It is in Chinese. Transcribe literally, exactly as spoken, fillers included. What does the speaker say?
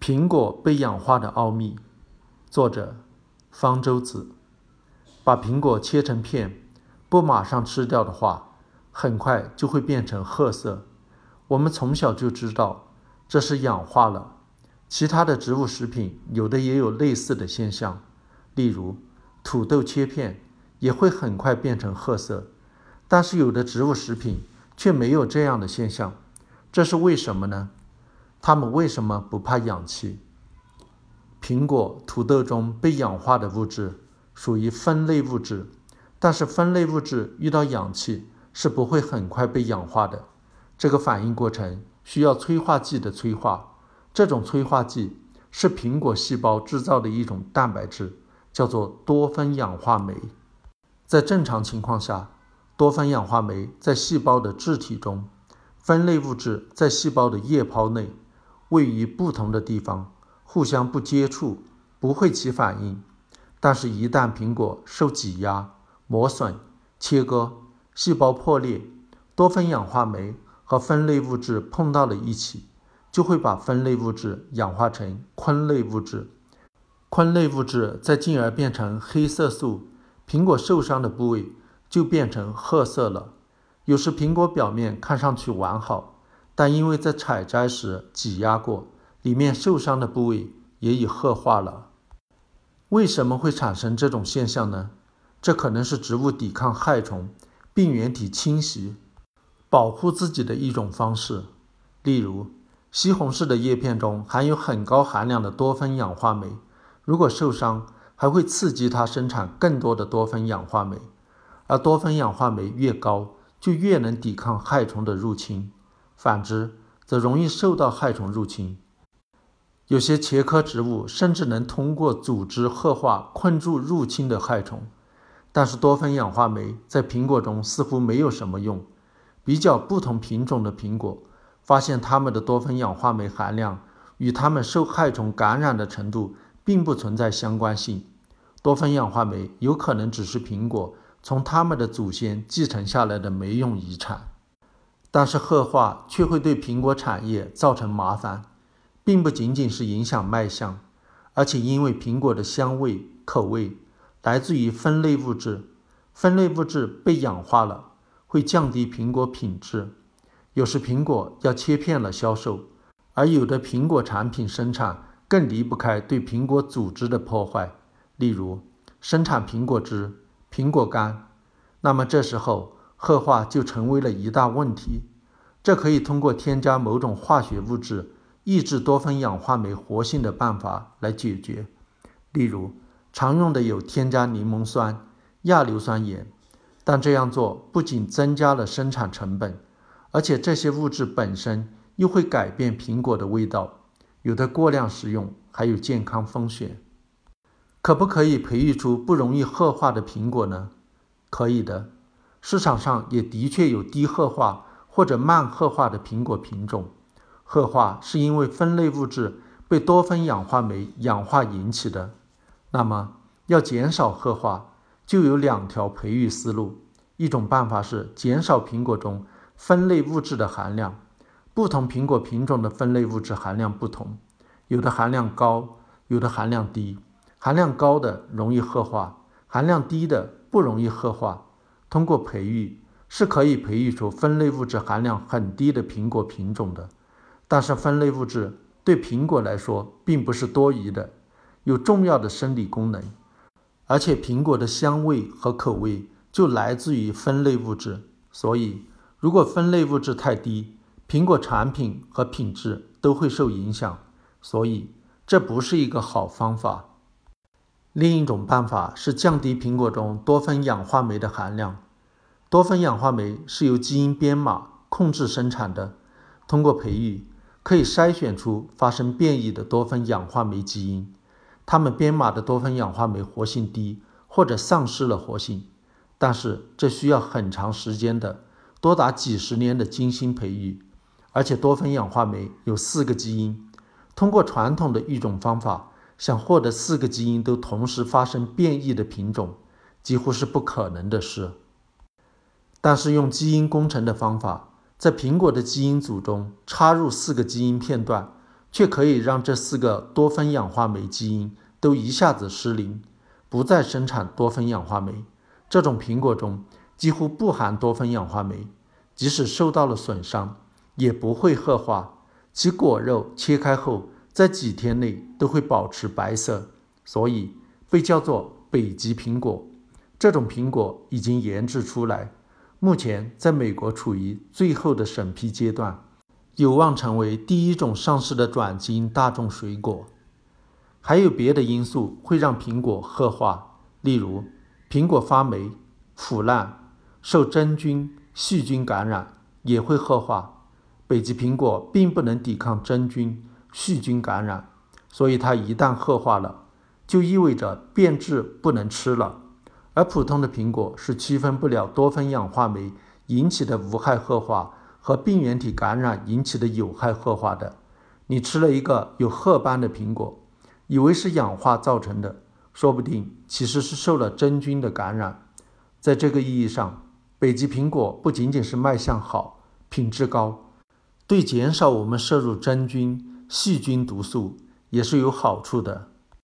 苹果被氧化的奥秘，作者方舟子。把苹果切成片，不马上吃掉的话，很快就会变成褐色。我们从小就知道这是氧化了。其他的植物食品有的也有类似的现象，例如土豆切片也会很快变成褐色，但是有的植物食品却没有这样的现象，这是为什么呢？它们为什么不怕氧气？苹果、土豆中被氧化的物质属于酚类物质，但是酚类物质遇到氧气是不会很快被氧化的。这个反应过程需要催化剂的催化，这种催化剂是苹果细胞制造的一种蛋白质，叫做多酚氧化酶。在正常情况下，多酚氧化酶在细胞的质体中，酚类物质在细胞的叶泡内，位于不同的地方，互相不接触，不会起反应。但是一旦苹果受挤压、磨损、切割，细胞破裂，多酚氧化酶和酚类物质碰到了一起，就会把酚类物质氧化成醌类物质，醌类物质再进而变成黑色素，苹果受伤的部位就变成褐色了。有时苹果表面看上去完好，但因为在采摘时挤压过，里面受伤的部位也已褐化了。为什么会产生这种现象呢？这可能是植物抵抗害虫、病原体侵袭、保护自己的一种方式。例如，西红柿的叶片中含有很高含量的多酚氧化酶，如果受伤，还会刺激它生产更多的多酚氧化酶，而多酚氧化酶越高，就越能抵抗害虫的入侵，反之，则容易受到害虫入侵。有些茄科植物甚至能通过组织褐化困住入侵的害虫，但是多酚氧化酶在苹果中似乎没有什么用。比较不同品种的苹果，发现它们的多酚氧化酶含量与它们受害虫感染的程度并不存在相关性。多酚氧化酶有可能只是苹果从它们的祖先继承下来的没用遗产，但是褐化却会对苹果产业造成麻烦，并不仅仅是影响卖相，而且因为苹果的香味、口味来自于酚类物质，酚类物质被氧化了，会降低苹果品质。有时苹果要切片了销售，而有的苹果产品生产更离不开对苹果组织的破坏，例如生产苹果汁、苹果干。那么这时候褐化就成为了一大问题，这可以通过添加某种化学物质抑制多酚氧化酶活性的办法来解决。例如常用的有添加柠檬酸、亚硫酸盐，但这样做不仅增加了生产成本，而且这些物质本身又会改变苹果的味道，有的过量食用还有健康风险。可不可以培育出不容易褐化的苹果呢？可以的，市场上也的确有低褐化或者慢褐化的苹果品种。褐化是因为酚类物质被多酚氧化酶氧化引起的。那么要减少褐化，就有两条培育思路。一种办法是减少苹果中酚类物质的含量，不同苹果品种的酚类物质含量不同，有的含量高，有的含量低，含量高的容易褐化，含量低的不容易褐化。通过培育是可以培育出酚类物质含量很低的苹果品种的，但是酚类物质对苹果来说并不是多余的，有重要的生理功能，而且苹果的香味和口味就来自于酚类物质，所以如果酚类物质太低，苹果产品和品质都会受影响，所以这不是一个好方法。另一种办法是降低苹果中多酚氧化酶的含量。多酚氧化酶是由基因编码控制生产的，通过培育可以筛选出发生变异的多酚氧化酶基因，它们编码的多酚氧化酶活性低或者丧失了活性，但是这需要很长时间的，多达几十年的精心培育，而且多酚氧化酶有四个基因，通过传统的育种方法想获得四个基因都同时发生变异的品种，几乎是不可能的事。但是用基因工程的方法，在苹果的基因组中插入四个基因片段， 却可以让这四个多酚氧化酶基因都一下子失灵，不再生产多酚氧化酶。这种苹果中几乎不含多酚氧化酶，即使受到了损伤，也不会褐化，其果肉切开后在几天内都会保持白色，所以被叫做北极苹果。这种苹果已经研制出来，目前在美国处于最后的审批阶段，有望成为第一种上市的转基因大众水果。还有别的因素会让苹果褐化，例如苹果发霉、腐烂、受真菌、细菌感染也会褐化。北极苹果并不能抵抗真菌、细菌感染，所以它一旦褐化了，就意味着变质不能吃了。而普通的苹果是区分不了多酚氧化酶引起的无害褐化和病原体感染引起的有害褐化的。你吃了一个有褐斑的苹果，以为是氧化造成的，说不定其实是受了真菌的感染。在这个意义上，北极苹果不仅仅是卖相好、品质高，对减少我们摄入真菌、细菌毒素也是有好处的。